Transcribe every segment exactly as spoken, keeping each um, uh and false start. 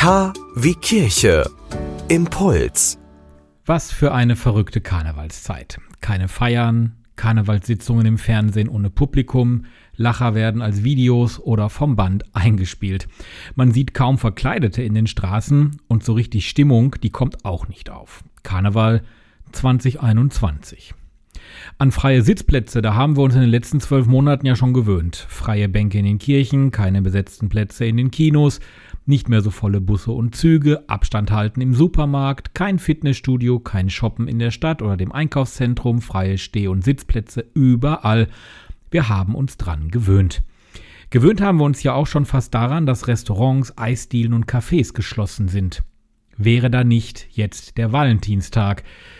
K wie Kirche. Impuls. Was für eine verrückte Karnevalszeit. Keine Feiern, Karnevalssitzungen im Fernsehen ohne Publikum, Lacher werden als Videos oder vom Band eingespielt. Man sieht kaum Verkleidete in den Straßen und so richtig Stimmung, die kommt auch nicht auf. Karneval zwanzig einundzwanzig. An freie Sitzplätze, da haben wir uns in den letzten zwölf Monaten ja schon gewöhnt. Freie Bänke in den Kirchen, keine besetzten Plätze in den Kinos, nicht mehr so volle Busse und Züge, Abstand halten im Supermarkt, kein Fitnessstudio, kein Shoppen in der Stadt oder dem Einkaufszentrum, freie Steh- und Sitzplätze überall. Wir haben uns dran gewöhnt. Gewöhnt haben wir uns ja auch schon fast daran, dass Restaurants, Eisdielen und Cafés geschlossen sind. Wäre da nicht jetzt der Valentinstag?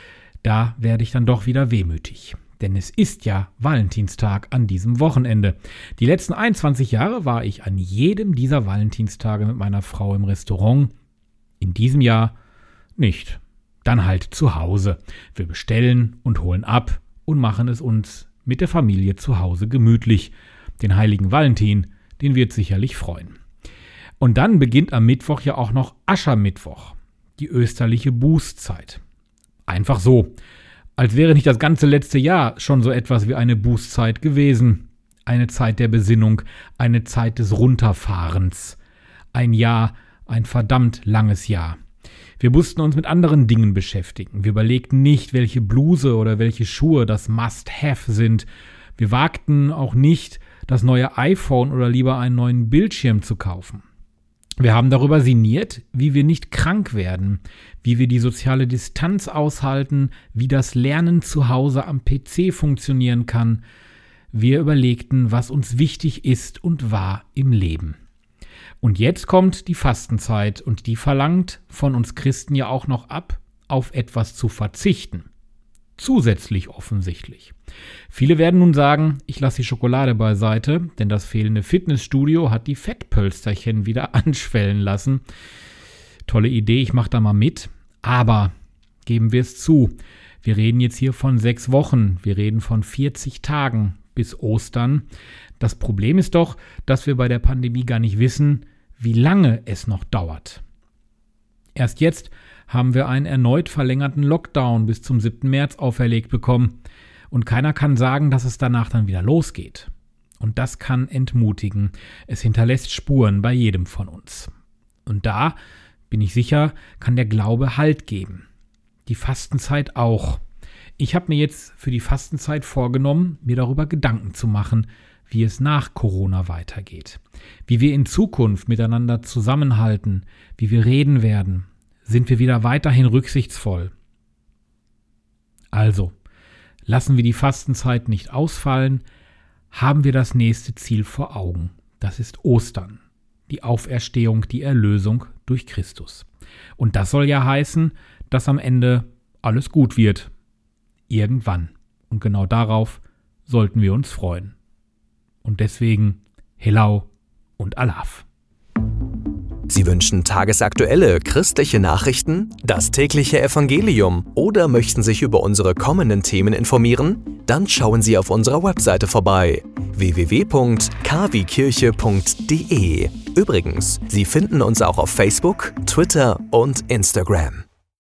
Da werde ich dann doch wieder wehmütig. Denn es ist ja Valentinstag an diesem Wochenende. Die letzten einundzwanzig Jahre war ich an jedem dieser Valentinstage mit meiner Frau im Restaurant. In diesem Jahr nicht. Dann halt zu Hause. Wir bestellen und holen ab und machen es uns mit der Familie zu Hause gemütlich. Den heiligen Valentin, den wird sicherlich freuen. Und dann beginnt am Mittwoch ja auch noch Aschermittwoch, die österliche Bußzeit. Einfach so. Als wäre nicht das ganze letzte Jahr schon so etwas wie eine Bußzeit gewesen. Eine Zeit der Besinnung, eine Zeit des Runterfahrens. Ein Jahr, ein verdammt langes Jahr. Wir mussten uns mit anderen Dingen beschäftigen. Wir überlegten nicht, welche Bluse oder welche Schuhe das Must-Have sind. Wir wagten auch nicht, das neue iPhone oder lieber einen neuen Bildschirm zu kaufen. Wir haben darüber sinniert, wie wir nicht krank werden, wie wir die soziale Distanz aushalten, wie das Lernen zu Hause am P C funktionieren kann. Wir überlegten, was uns wichtig ist und war im Leben. Und jetzt kommt die Fastenzeit und die verlangt von uns Christen ja auch noch ab, auf etwas zu verzichten. Zusätzlich offensichtlich. Viele werden nun sagen, ich lasse die Schokolade beiseite, denn das fehlende Fitnessstudio hat die Fettpölsterchen wieder anschwellen lassen. Tolle Idee, ich mache da mal mit. Aber geben wir es zu, wir reden jetzt hier von sechs Wochen, wir reden von vierzig Tagen bis Ostern. Das Problem ist doch, dass wir bei der Pandemie gar nicht wissen, wie lange es noch dauert. Erst jetzt haben wir einen erneut verlängerten Lockdown bis zum siebten März auferlegt bekommen. Und keiner kann sagen, dass es danach dann wieder losgeht. Und das kann entmutigen. Es hinterlässt Spuren bei jedem von uns. Und da, bin ich sicher, kann der Glaube Halt geben. Die Fastenzeit auch. Ich habe mir jetzt für die Fastenzeit vorgenommen, mir darüber Gedanken zu machen, wie es nach Corona weitergeht. Wie wir in Zukunft miteinander zusammenhalten, wie wir reden werden. Sind wir wieder weiterhin rücksichtsvoll? Also, lassen wir die Fastenzeit nicht ausfallen, haben wir das nächste Ziel vor Augen. Das ist Ostern, die Auferstehung, die Erlösung durch Christus. Und das soll ja heißen, dass am Ende alles gut wird. Irgendwann. Und genau darauf sollten wir uns freuen. Und deswegen Hello und Alaf. Sie wünschen tagesaktuelle christliche Nachrichten, das tägliche Evangelium oder möchten sich über unsere kommenden Themen informieren? Dann schauen Sie auf unserer Webseite vorbei w w w punkt k wie kirche punkt d e. Übrigens, Sie finden uns auch auf Facebook, Twitter und Instagram.